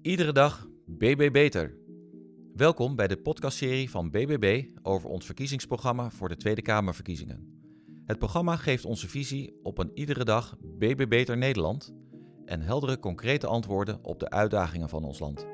Iedere dag BB Beter. Welkom bij de podcastserie van BBB over ons verkiezingsprogramma voor de Tweede Kamerverkiezingen. Het programma geeft onze visie op een iedere dag BB Beter Nederland en heldere concrete antwoorden op de uitdagingen van ons land.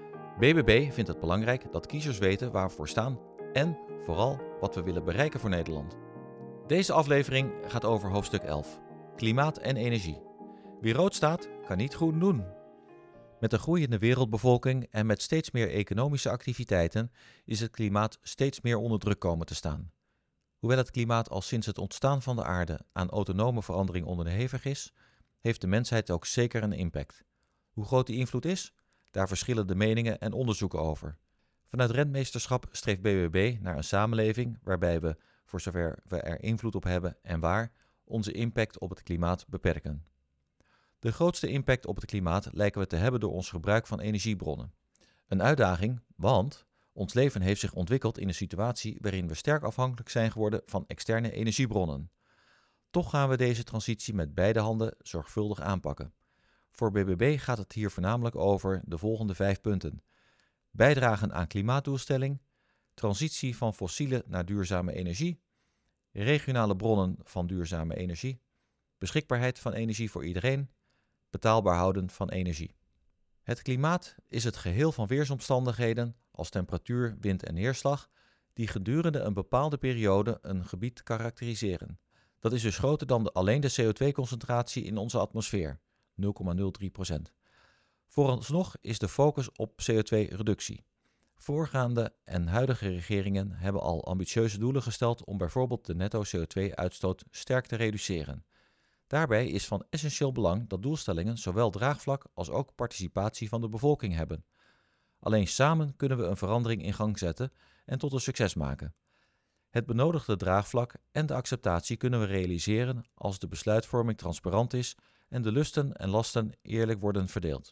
BBB vindt het belangrijk dat kiezers weten waar we voor staan en vooral wat we willen bereiken voor Nederland. Deze aflevering gaat over hoofdstuk 11, klimaat en energie. Wie rood staat, kan niet groen doen. Met een groeiende wereldbevolking en met steeds meer economische activiteiten is het klimaat steeds meer onder druk komen te staan. Hoewel het klimaat al sinds het ontstaan van de aarde aan autonome verandering onderhevig is, heeft de mensheid ook zeker een impact. Hoe groot die invloed is? Daar verschillen de meningen en onderzoeken over. Vanuit Rentmeesterschap streeft BBB naar een samenleving waarbij we, voor zover we er invloed op hebben en waar, onze impact op het klimaat beperken. De grootste impact op het klimaat lijken we te hebben door ons gebruik van energiebronnen. Een uitdaging, want ons leven heeft zich ontwikkeld in een situatie waarin we sterk afhankelijk zijn geworden van externe energiebronnen. Toch gaan we deze transitie met beide handen zorgvuldig aanpakken. Voor BBB gaat het hier voornamelijk over de volgende 5 punten. Bijdragen aan klimaatdoelstelling, transitie van fossiele naar duurzame energie, regionale bronnen van duurzame energie, beschikbaarheid van energie voor iedereen, betaalbaar houden van energie. Het klimaat is het geheel van weersomstandigheden als temperatuur, wind en neerslag die gedurende een bepaalde periode een gebied karakteriseren. Dat is dus groter dan alleen de CO2-concentratie in onze atmosfeer, 0,03%. Vooralsnog is de focus op CO2-reductie. Voorgaande en huidige regeringen hebben al ambitieuze doelen gesteld om bijvoorbeeld de netto CO2-uitstoot sterk te reduceren. Daarbij is van essentieel belang dat doelstellingen zowel draagvlak als ook participatie van de bevolking hebben. Alleen samen kunnen we een verandering in gang zetten en tot een succes maken. Het benodigde draagvlak en de acceptatie kunnen we realiseren als de besluitvorming transparant is en de lusten en lasten eerlijk worden verdeeld.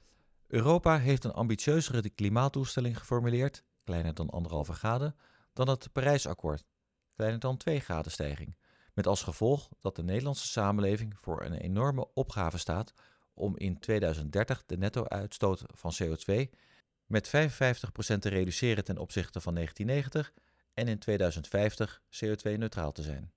Europa heeft een ambitieuzere klimaatdoelstelling geformuleerd, kleiner dan 1,5 graden, dan het Parijsakkoord, kleiner dan 2 graden stijging. Met als gevolg dat de Nederlandse samenleving voor een enorme opgave staat om in 2030 de netto-uitstoot van CO2 met 55% te reduceren ten opzichte van 1990 en in 2050 CO2-neutraal te zijn.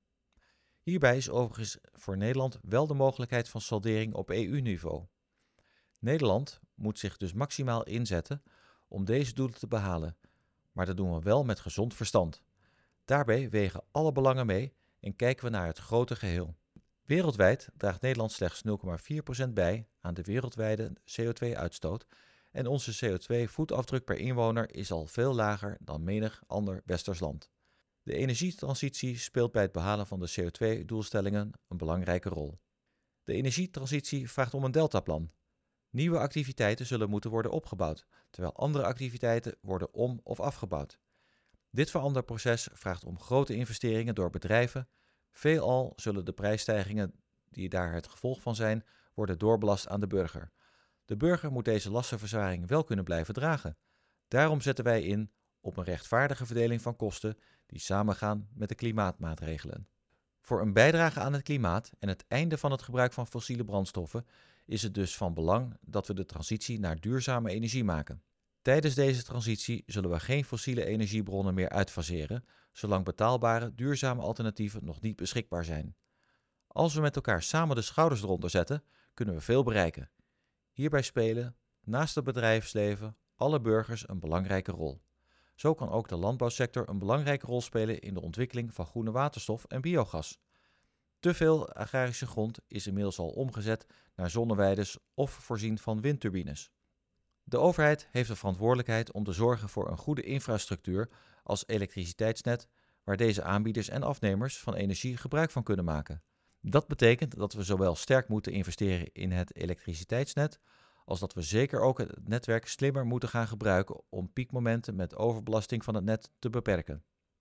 Hierbij is overigens voor Nederland wel de mogelijkheid van saldering op EU-niveau. Nederland moet zich dus maximaal inzetten om deze doelen te behalen, maar dat doen we wel met gezond verstand. Daarbij wegen alle belangen mee en kijken we naar het grote geheel. Wereldwijd draagt Nederland slechts 0,4% bij aan de wereldwijde CO2-uitstoot en onze CO2-voetafdruk per inwoner is al veel lager dan menig ander westers land. De energietransitie speelt bij het behalen van de CO2-doelstellingen een belangrijke rol. De energietransitie vraagt om een deltaplan. Nieuwe activiteiten zullen moeten worden opgebouwd, terwijl andere activiteiten worden om- of afgebouwd. Dit veranderproces vraagt om grote investeringen door bedrijven. Veelal zullen de prijsstijgingen die daar het gevolg van zijn, worden doorbelast aan de burger. De burger moet deze lastenverzwaring wel kunnen blijven dragen. Daarom zetten wij in op een rechtvaardige verdeling van kosten die samengaan met de klimaatmaatregelen. Voor een bijdrage aan het klimaat en het einde van het gebruik van fossiele brandstoffen is het dus van belang dat we de transitie naar duurzame energie maken. Tijdens deze transitie zullen we geen fossiele energiebronnen meer uitfaseren, zolang betaalbare, duurzame alternatieven nog niet beschikbaar zijn. Als we met elkaar samen de schouders eronder zetten, kunnen we veel bereiken. Hierbij spelen, naast het bedrijfsleven, alle burgers een belangrijke rol. Zo kan ook de landbouwsector een belangrijke rol spelen in de ontwikkeling van groene waterstof en biogas. Te veel agrarische grond is inmiddels al omgezet naar zonneweiden of voorzien van windturbines. De overheid heeft de verantwoordelijkheid om te zorgen voor een goede infrastructuur als elektriciteitsnet, waar deze aanbieders en afnemers van energie gebruik van kunnen maken. Dat betekent dat we zowel sterk moeten investeren in het elektriciteitsnet, als dat we zeker ook het netwerk slimmer moeten gaan gebruiken om piekmomenten met overbelasting van het net te beperken.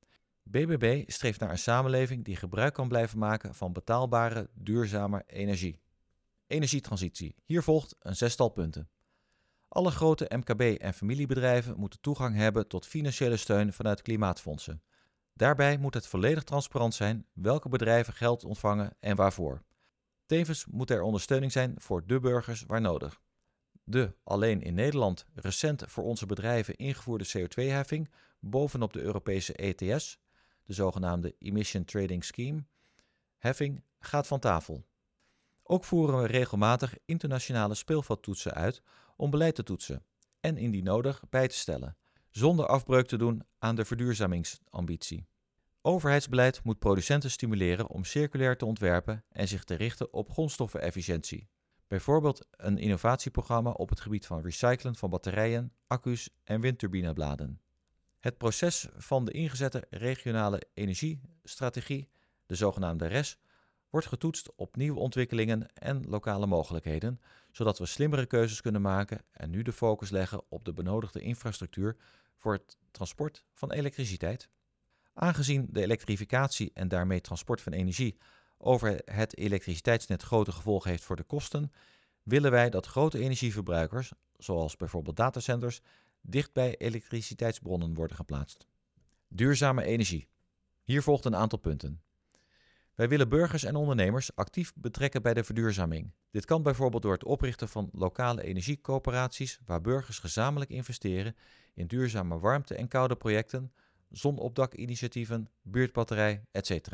BBB streeft naar een samenleving die gebruik kan blijven maken van betaalbare, duurzame energie. Energietransitie. Hier volgt een 6-tal punten. Alle grote MKB- en familiebedrijven moeten toegang hebben tot financiële steun vanuit klimaatfondsen. Daarbij moet het volledig transparant zijn welke bedrijven geld ontvangen en waarvoor. Tevens moet er ondersteuning zijn voor de burgers waar nodig. De, alleen in Nederland, recent voor onze bedrijven ingevoerde CO2-heffing bovenop de Europese ETS, de zogenaamde Emission Trading Scheme, heffing gaat van tafel. Ook voeren we regelmatig internationale speelveldtoetsen uit om beleid te toetsen en indien nodig bij te stellen, zonder afbreuk te doen aan de verduurzamingsambitie. Overheidsbeleid moet producenten stimuleren om circulair te ontwerpen en zich te richten op grondstoffenefficiëntie. Bijvoorbeeld een innovatieprogramma op het gebied van recyclen van batterijen, accu's en windturbinebladen. Het proces van de ingezette regionale energiestrategie, de zogenaamde RES, wordt getoetst op nieuwe ontwikkelingen en lokale mogelijkheden, zodat we slimmere keuzes kunnen maken en nu de focus leggen op de benodigde infrastructuur voor het transport van elektriciteit. Aangezien de elektrificatie en daarmee transport van energie over het elektriciteitsnet grote gevolgen heeft voor de kosten, willen wij dat grote energieverbruikers, zoals bijvoorbeeld datacenters, dicht bij elektriciteitsbronnen worden geplaatst. Duurzame energie. Hier volgt een aantal punten. Wij willen burgers en ondernemers actief betrekken bij de verduurzaming. Dit kan bijvoorbeeld door het oprichten van lokale energiecoöperaties waar burgers gezamenlijk investeren in duurzame warmte- en koude projecten, zonopdakinitiatieven, buurtbatterij, etc.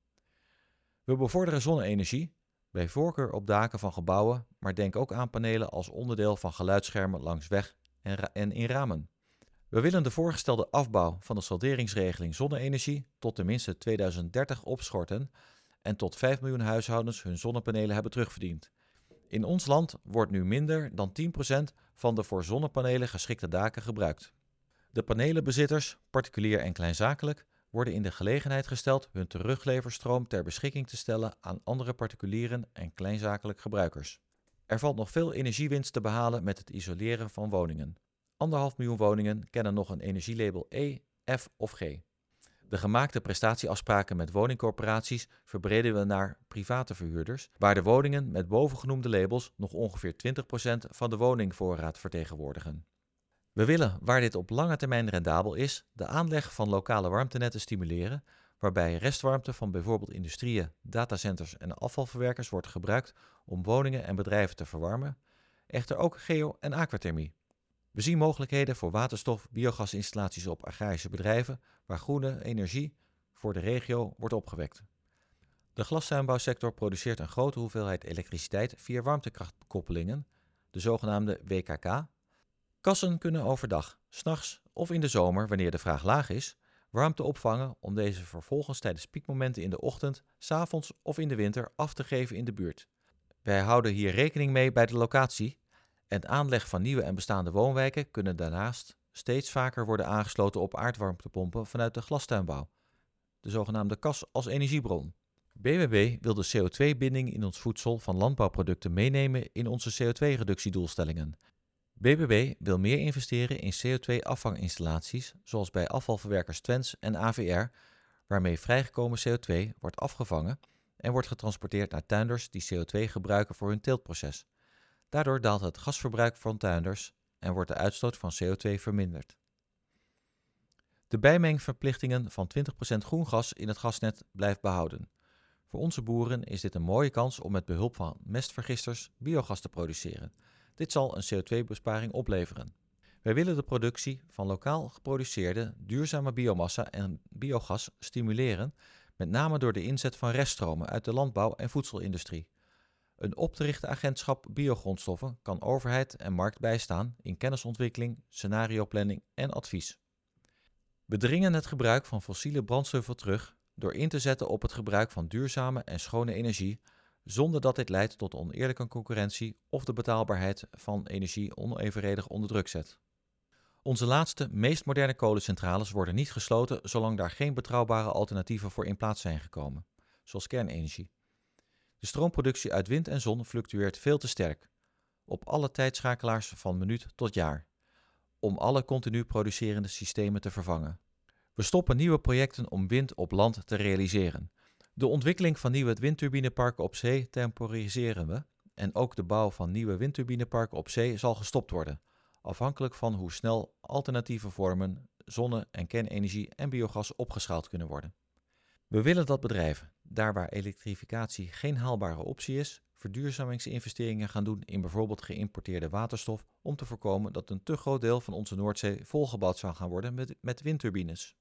We bevorderen zonne-energie, bij voorkeur op daken van gebouwen, maar denk ook aan panelen als onderdeel van geluidsschermen langs weg en in ramen. We willen de voorgestelde afbouw van de salderingsregeling zonne-energie tot tenminste 2030 opschorten en tot 5 miljoen huishoudens hun zonnepanelen hebben terugverdiend. In ons land wordt nu minder dan 10% van de voor zonnepanelen geschikte daken gebruikt. De panelenbezitters, particulier en kleinzakelijk, worden in de gelegenheid gesteld hun terugleverstroom ter beschikking te stellen aan andere particulieren en kleinzakelijk gebruikers. Er valt nog veel energiewinst te behalen met het isoleren van woningen. 1,5 miljoen woningen kennen nog een energielabel E, F of G. De gemaakte prestatieafspraken met woningcorporaties verbreden we naar private verhuurders, waar de woningen met bovengenoemde labels nog ongeveer 20% van de woningvoorraad vertegenwoordigen. We willen, waar dit op lange termijn rendabel is, de aanleg van lokale warmtenetten stimuleren, waarbij restwarmte van bijvoorbeeld industrieën, datacenters en afvalverwerkers wordt gebruikt om woningen en bedrijven te verwarmen, echter ook geo- en aquathermie. We zien mogelijkheden voor waterstof-biogasinstallaties op agrarische bedrijven waar groene energie voor de regio wordt opgewekt. De glastuinbouwsector produceert een grote hoeveelheid elektriciteit via warmtekrachtkoppelingen, de zogenaamde WKK. Kassen kunnen overdag, 's nachts of in de zomer, wanneer de vraag laag is, warmte opvangen om deze vervolgens tijdens piekmomenten in de ochtend, 's avonds of in de winter af te geven in de buurt. Wij houden hier rekening mee bij de locatie en aanleg van nieuwe en bestaande woonwijken kunnen daarnaast steeds vaker worden aangesloten op aardwarmtepompen vanuit de glastuinbouw, de zogenaamde kas als energiebron. BBB wil de CO2-binding in ons voedsel van landbouwproducten meenemen in onze CO2-reductiedoelstellingen. BBB wil meer investeren in CO2-afvanginstallaties, zoals bij afvalverwerkers Twents en AVR, waarmee vrijgekomen CO2 wordt afgevangen en wordt getransporteerd naar tuinders die CO2 gebruiken voor hun teeltproces. Daardoor daalt het gasverbruik van tuinders en wordt de uitstoot van CO2 verminderd. De bijmengverplichtingen van 20% groen gas in het gasnet blijft behouden. Voor onze boeren is dit een mooie kans om met behulp van mestvergisters biogas te produceren. Dit zal een CO2-besparing opleveren. Wij willen de productie van lokaal geproduceerde duurzame biomassa en biogas stimuleren, met name door de inzet van reststromen uit de landbouw- en voedselindustrie. Een op te richten agentschap biogrondstoffen kan overheid en markt bijstaan in kennisontwikkeling, scenarioplanning en advies. We dringen het gebruik van fossiele brandstoffen terug door in te zetten op het gebruik van duurzame en schone energie, zonder dat dit leidt tot oneerlijke concurrentie of de betaalbaarheid van energie onevenredig onder druk zet. Onze laatste, meest moderne kolencentrales worden niet gesloten zolang daar geen betrouwbare alternatieven voor in plaats zijn gekomen, zoals kernenergie. De stroomproductie uit wind en zon fluctueert veel te sterk, op alle tijdschakelaars van minuut tot jaar, om alle continu producerende systemen te vervangen. We stoppen nieuwe projecten om wind op land te realiseren. De ontwikkeling van nieuwe windturbineparken op zee temporiseren we en ook de bouw van nieuwe windturbineparken op zee zal gestopt worden, afhankelijk van hoe snel alternatieve vormen, zonne- en kernenergie en biogas opgeschaald kunnen worden. We willen dat bedrijven, daar waar elektrificatie geen haalbare optie is, verduurzamingsinvesteringen gaan doen in bijvoorbeeld geïmporteerde waterstof om te voorkomen dat een te groot deel van onze Noordzee volgebouwd zou gaan worden met windturbines.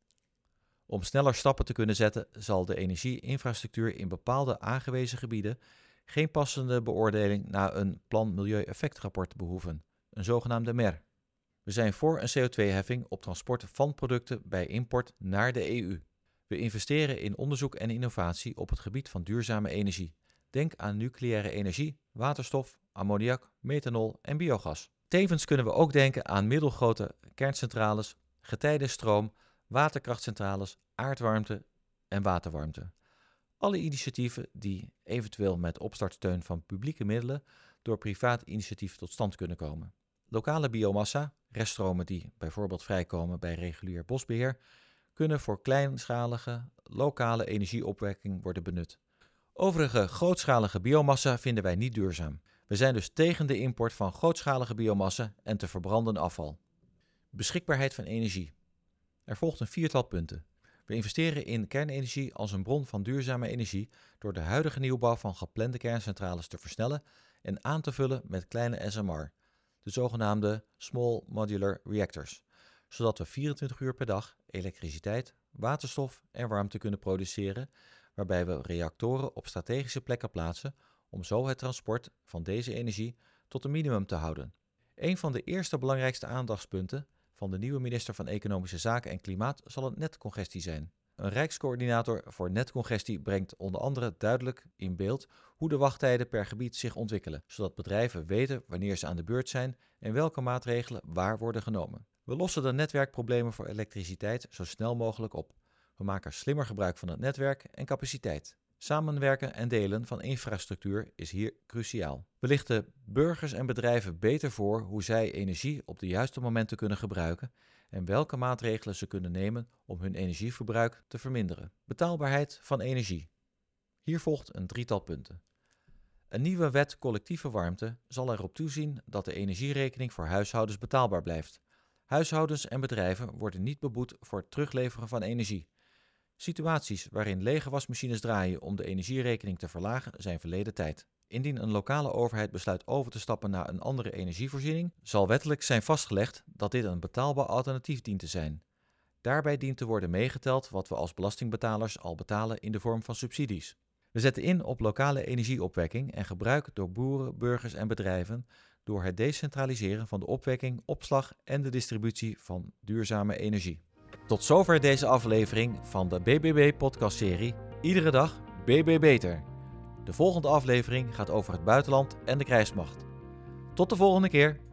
Om sneller stappen te kunnen zetten zal de energieinfrastructuur in bepaalde aangewezen gebieden geen passende beoordeling na een plan milieueffectrapport behoeven, een zogenaamde MER. We zijn voor een CO2-heffing op transport van producten bij import naar de EU. We investeren in onderzoek en innovatie op het gebied van duurzame energie. Denk aan nucleaire energie, waterstof, ammoniak, methanol en biogas. Tevens kunnen we ook denken aan middelgrote kerncentrales, getijdenstroom, waterkrachtcentrales, aardwarmte en waterwarmte. Alle initiatieven die eventueel met opstartsteun van publieke middelen door privaat initiatief tot stand kunnen komen. Lokale biomassa, reststromen die bijvoorbeeld vrijkomen bij regulier bosbeheer, kunnen voor kleinschalige, lokale energieopwekking worden benut. Overige grootschalige biomassa vinden wij niet duurzaam. We zijn dus tegen de import van grootschalige biomassa en te verbranden afval. Beschikbaarheid van energie. Er volgt een viertal punten. We investeren in kernenergie als een bron van duurzame energie door de huidige nieuwbouw van geplande kerncentrales te versnellen en aan te vullen met kleine SMR, de zogenaamde Small Modular Reactors, zodat we 24 uur per dag elektriciteit, waterstof en warmte kunnen produceren, waarbij we reactoren op strategische plekken plaatsen om zo het transport van deze energie tot een minimum te houden. Een van de eerste belangrijkste aandachtspunten van de nieuwe minister van Economische Zaken en Klimaat zal het netcongestie zijn. Een Rijkscoördinator voor netcongestie brengt onder andere duidelijk in beeld hoe de wachttijden per gebied zich ontwikkelen, zodat bedrijven weten wanneer ze aan de beurt zijn en welke maatregelen waar worden genomen. We lossen de netwerkproblemen voor elektriciteit zo snel mogelijk op. We maken slimmer gebruik van het netwerk en capaciteit. Samenwerken en delen van infrastructuur is hier cruciaal. We lichten burgers en bedrijven beter voor hoe zij energie op de juiste momenten kunnen gebruiken en welke maatregelen ze kunnen nemen om hun energieverbruik te verminderen. Betaalbaarheid van energie. Hier volgt een drietal punten. Een nieuwe wet collectieve warmte zal erop toezien dat de energierekening voor huishoudens betaalbaar blijft. Huishoudens en bedrijven worden niet beboet voor het terugleveren van energie. Situaties waarin lege wasmachines draaien om de energierekening te verlagen zijn verleden tijd. Indien een lokale overheid besluit over te stappen naar een andere energievoorziening, zal wettelijk zijn vastgelegd dat dit een betaalbaar alternatief dient te zijn. Daarbij dient te worden meegeteld wat we als belastingbetalers al betalen in de vorm van subsidies. We zetten in op lokale energieopwekking en gebruik door boeren, burgers en bedrijven door het decentraliseren van de opwekking, opslag en de distributie van duurzame energie. Tot zover deze aflevering van de BBB-podcastserie Iedere dag BB Beter. De volgende aflevering gaat over het buitenland en de krijgsmacht. Tot de volgende keer!